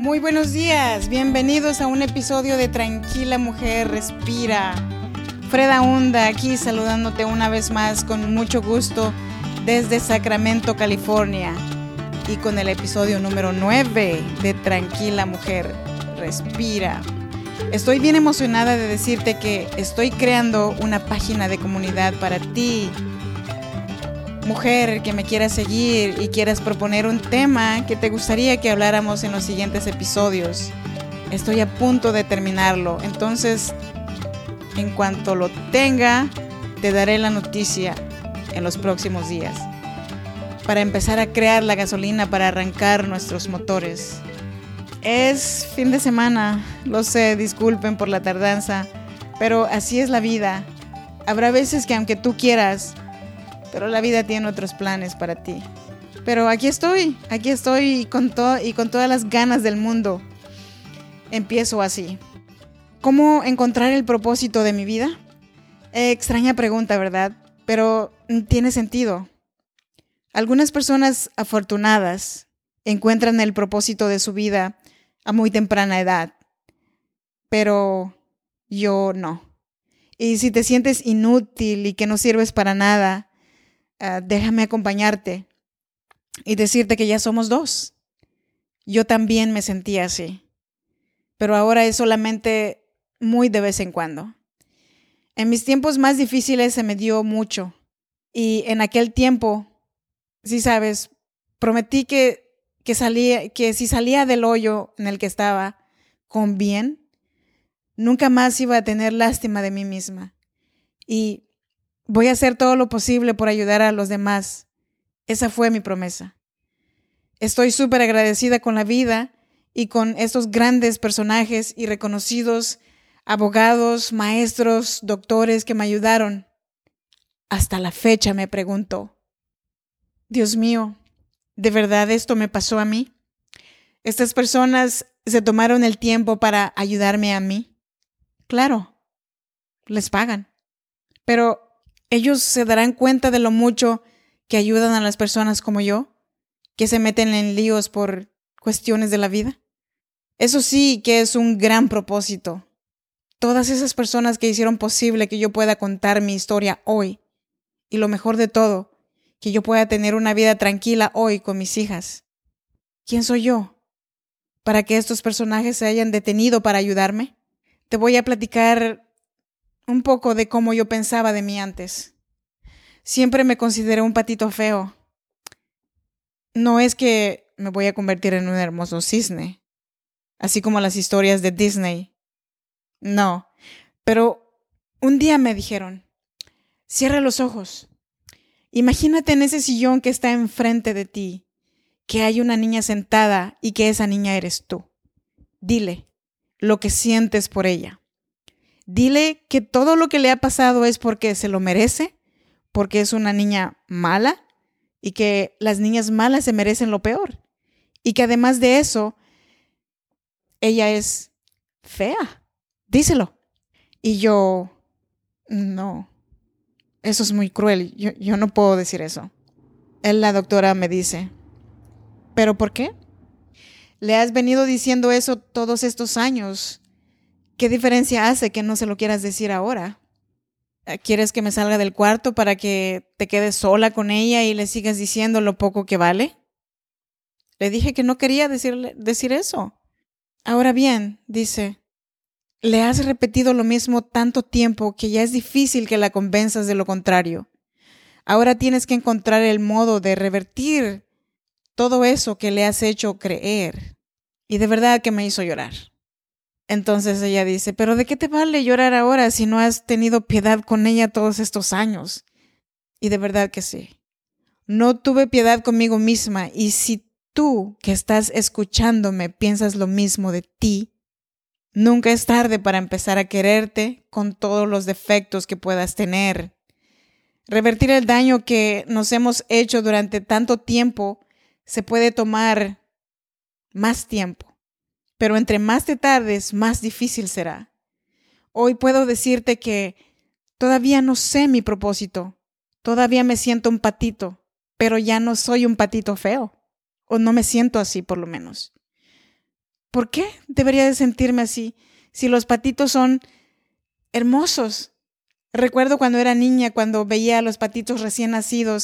Muy buenos días, bienvenidos a un episodio de Tranquila Mujer Respira. Freda Hunda aquí saludándote una vez más con mucho gusto desde Sacramento, California, y con el episodio número 9 de Tranquila Mujer Respira. Estoy bien emocionada de decirte que estoy creando una página de comunidad para ti, mujer que me quieras seguir y quieras proponer un tema que te gustaría que habláramos en los siguientes episodios. Estoy a punto de terminarlo, entonces en cuanto lo tenga, te daré la noticia en los próximos días para empezar a crear la gasolina para arrancar nuestros motores. Es fin de semana, lo sé, disculpen por la tardanza, pero así es la vida. Habrá veces que aunque tú quieras, pero la vida tiene otros planes para ti. Pero aquí estoy con todas las ganas del mundo. Empiezo así. ¿Cómo encontrar el propósito de mi vida? Extraña pregunta, ¿verdad? Pero tiene sentido. Algunas personas afortunadas encuentran el propósito de su vida a muy temprana edad, pero yo no. Y si te sientes inútil y que no sirves para nada, déjame acompañarte y decirte que ya somos dos. Yo también me sentía así, pero ahora es solamente muy de vez en cuando. En mis tiempos más difíciles se me dio mucho y en aquel tiempo, sí sabes, prometí que si salía del hoyo en el que estaba con bien, nunca más iba a tener lástima de mí misma y voy a hacer todo lo posible por ayudar a los demás. Esa fue mi promesa. Estoy súper agradecida con la vida y con estos grandes personajes y reconocidos abogados, maestros, doctores que me ayudaron. Hasta la fecha me pregunto, Dios mío, ¿de verdad esto me pasó a mí? ¿Estas personas se tomaron el tiempo para ayudarme a mí? Claro, les pagan. Pero ellos se darán cuenta de lo mucho que ayudan a las personas como yo, que se meten en líos por cuestiones de la vida. Eso sí que es un gran propósito. Todas esas personas que hicieron posible que yo pueda contar mi historia hoy. Y lo mejor de todo, que yo pueda tener una vida tranquila hoy con mis hijas. ¿Quién soy yo para que estos personajes se hayan detenido para ayudarme? Te voy a platicar un poco de cómo yo pensaba de mí antes. Siempre me consideré un patito feo. No es que me voy a convertir en un hermoso cisne, así como las historias de Disney. No, pero un día me dijeron, cierra los ojos. Imagínate en ese sillón que está enfrente de ti, que hay una niña sentada y que esa niña eres tú. Dile lo que sientes por ella. Dile que todo lo que le ha pasado es porque se lo merece, porque es una niña mala y que las niñas malas se merecen lo peor. Y que además de eso, ella es fea. Díselo. Y yo, no, eso es muy cruel. Yo no puedo decir eso. La doctora me dice, ¿pero por qué? Le has venido diciendo eso todos estos años. ¿Qué diferencia hace que no se lo quieras decir ahora? ¿Quieres que me salga del cuarto para que te quedes sola con ella y le sigas diciendo lo poco que vale? Le dije que no quería decir eso. Ahora bien, dice, le has repetido lo mismo tanto tiempo que ya es difícil que la convenzas de lo contrario. Ahora tienes que encontrar el modo de revertir todo eso que le has hecho creer. Y de verdad que me hizo llorar. Entonces ella dice, ¿pero de qué te vale llorar ahora si no has tenido piedad con ella todos estos años? Y de verdad que sí. No tuve piedad conmigo misma. Y si tú que estás escuchándome piensas lo mismo de ti, nunca es tarde para empezar a quererte con todos los defectos que puedas tener. Revertir el daño que nos hemos hecho durante tanto tiempo se puede tomar más tiempo. Pero entre más te tardes, más difícil será. Hoy puedo decirte que todavía no sé mi propósito. Todavía me siento un patito, pero ya no soy un patito feo. O no me siento así, por lo menos. ¿Por qué debería de sentirme así si los patitos son hermosos? Recuerdo cuando era niña, cuando veía a los patitos recién nacidos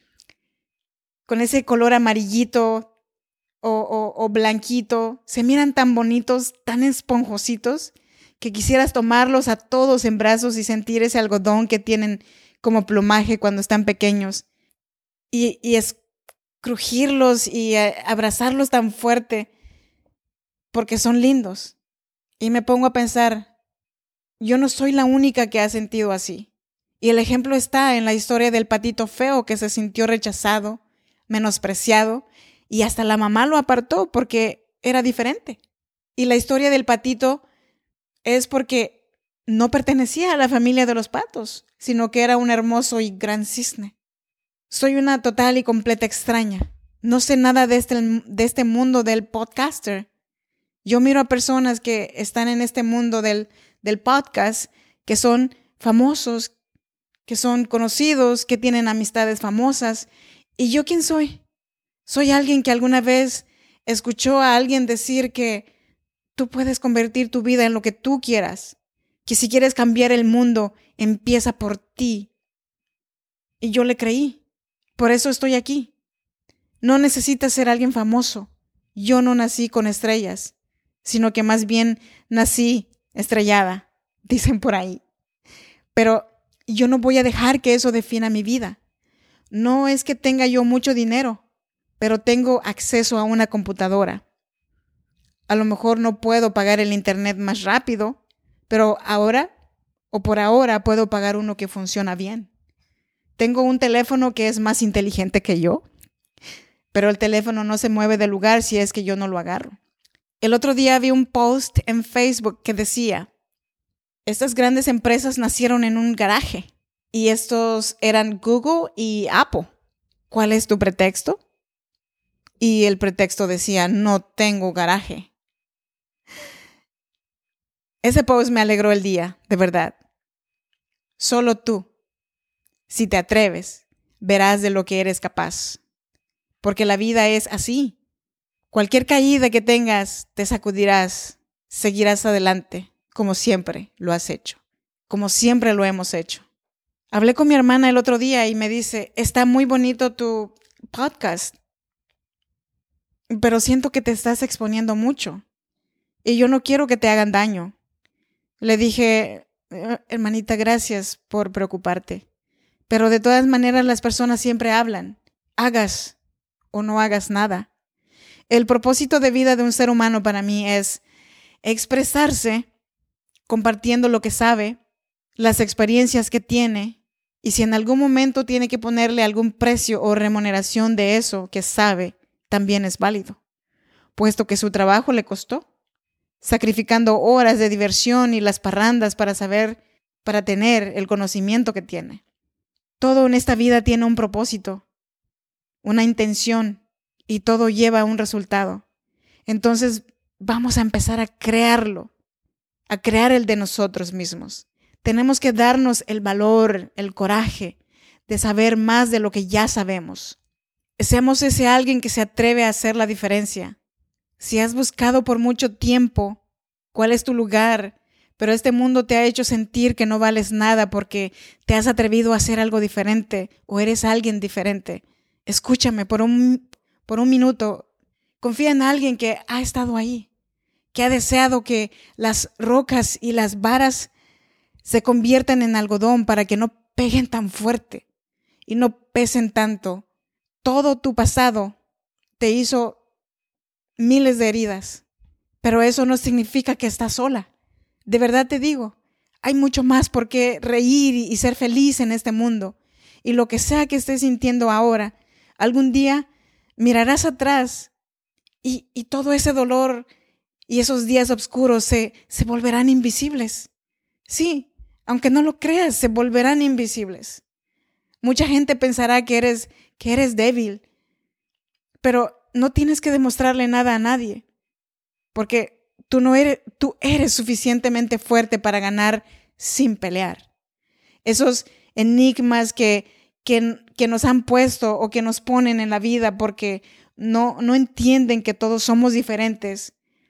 con ese color amarillito o blanquito, se miran tan bonitos, tan esponjositos, que quisieras tomarlos a todos en brazos y sentir ese algodón que tienen como plumaje cuando están pequeños. Y crujirlos y abrazarlos tan fuerte porque son lindos. Y me pongo a pensar, yo no soy la única que ha sentido así. Y el ejemplo está en la historia del patito feo que se sintió rechazado, menospreciado, y hasta la mamá lo apartó porque era diferente. Y la historia del patito es porque no pertenecía a la familia de los patos, sino que era un hermoso y gran cisne. Soy una total y completa extraña. No sé nada de este mundo del podcaster. Yo miro a personas que están en este mundo del podcast, que son famosos, que son conocidos, que tienen amistades famosas. ¿Y yo quién soy? Soy alguien que alguna vez escuchó a alguien decir que tú puedes convertir tu vida en lo que tú quieras, que si quieres cambiar el mundo, empieza por ti. Y yo le creí. Por eso estoy aquí. No necesitas ser alguien famoso. Yo no nací con estrellas, sino que más bien nací estrellada, dicen por ahí. Pero yo no voy a dejar que eso defina mi vida. No es que tenga yo mucho dinero, pero tengo acceso a una computadora. A lo mejor no puedo pagar el internet más rápido, pero por ahora puedo pagar uno que funciona bien. Tengo un teléfono que es más inteligente que yo, pero el teléfono no se mueve del lugar si es que yo no lo agarro. El otro día vi un post en Facebook que decía, estas grandes empresas nacieron en un garaje y estos eran Google y Apple. ¿Cuál es tu pretexto? Y el pretexto decía, no tengo garaje. Ese post me alegró el día, de verdad. Solo tú, si te atreves, verás de lo que eres capaz. Porque la vida es así. Cualquier caída que tengas, te sacudirás, seguirás adelante, como siempre lo has hecho, como siempre lo hemos hecho. Hablé con mi hermana el otro día y me dice, está muy bonito tu podcast, pero siento que te estás exponiendo mucho y yo no quiero que te hagan daño. Le dije, hermanita, gracias por preocuparte, pero de todas maneras las personas siempre hablan, hagas o no hagas nada. El propósito de vida de un ser humano para mí es expresarse compartiendo lo que sabe, las experiencias que tiene, y si en algún momento tiene que ponerle algún precio o remuneración de eso que sabe, también es válido, puesto que su trabajo le costó, sacrificando horas de diversión y las parrandas para tener el conocimiento que tiene. Todo en esta vida tiene un propósito, una intención, y todo lleva a un resultado. Entonces vamos a empezar a crearlo, a crear el de nosotros mismos. Tenemos que darnos el valor, el coraje de saber más de lo que ya sabemos. Seamos ese alguien que se atreve a hacer la diferencia. Si has buscado por mucho tiempo cuál es tu lugar, pero este mundo te ha hecho sentir que no vales nada porque te has atrevido a hacer algo diferente o eres alguien diferente, escúchame por un minuto. Confía en alguien que ha estado ahí, que ha deseado que las rocas y las varas se conviertan en algodón para que no peguen tan fuerte y no pesen tanto. Todo tu pasado te hizo miles de heridas, pero eso no significa que estás sola. De verdad te digo, hay mucho más por qué reír y ser feliz en este mundo. Y lo que sea que estés sintiendo ahora, algún día mirarás atrás y todo ese dolor y esos días oscuros se volverán invisibles. Sí, aunque no lo creas, se volverán invisibles. Mucha gente pensará que eres débil, pero no tienes que demostrarle nada a nadie, porque tú eres suficientemente fuerte para ganar sin pelear. Esos enigmas que nos han puesto o que nos ponen en la vida porque no entienden que todos somos diferentes,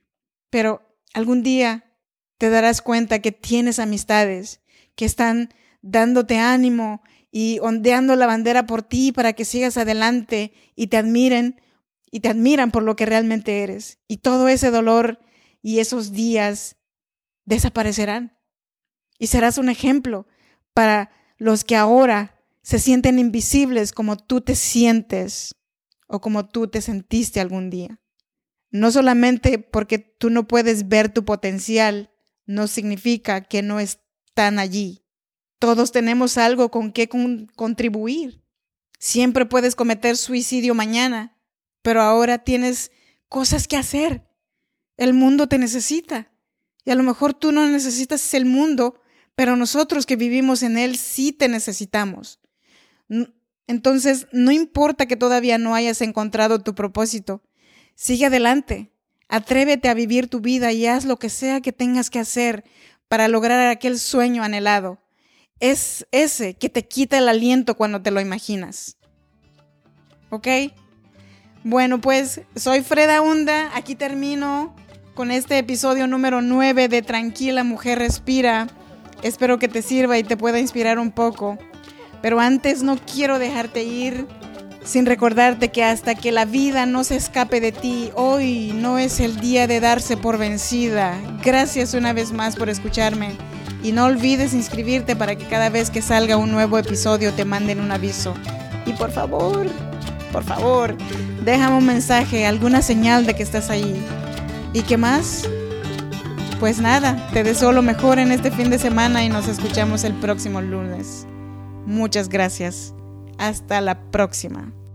Pero algún día te darás cuenta que tienes amistades que están dándote ánimo y ondeando la bandera por ti para que sigas adelante y te admiran por lo que realmente eres. Y todo ese dolor y esos días desaparecerán. Y serás un ejemplo para los que ahora se sienten invisibles como tú te sientes o como tú te sentiste algún día. No solamente porque tú no puedes ver tu potencial, no significa que no están allí. Todos tenemos algo con qué contribuir. Siempre puedes cometer suicidio mañana, pero ahora tienes cosas que hacer. El mundo te necesita. Y a lo mejor tú no necesitas el mundo, pero nosotros que vivimos en él sí te necesitamos. Entonces, no importa que todavía no hayas encontrado tu propósito. Sigue adelante. Atrévete a vivir tu vida y haz lo que sea que tengas que hacer para lograr aquel sueño anhelado. Es ese que te quita el aliento cuando te lo imaginas. ¿Ok? Bueno, pues soy Freda Hunda. Aquí termino con este episodio número 9 de Tranquila Mujer Respira. Espero que te sirva y te pueda inspirar un poco. Pero antes no quiero dejarte ir sin recordarte que hasta que la vida no se escape de ti, hoy no es el día de darse por vencida. Gracias una vez más por escucharme. Y no olvides inscribirte para que cada vez que salga un nuevo episodio te manden un aviso. Y por favor, déjame un mensaje, alguna señal de que estás ahí. ¿Y qué más? Pues nada, te deseo lo mejor en este fin de semana y nos escuchamos el próximo lunes. Muchas gracias. Hasta la próxima.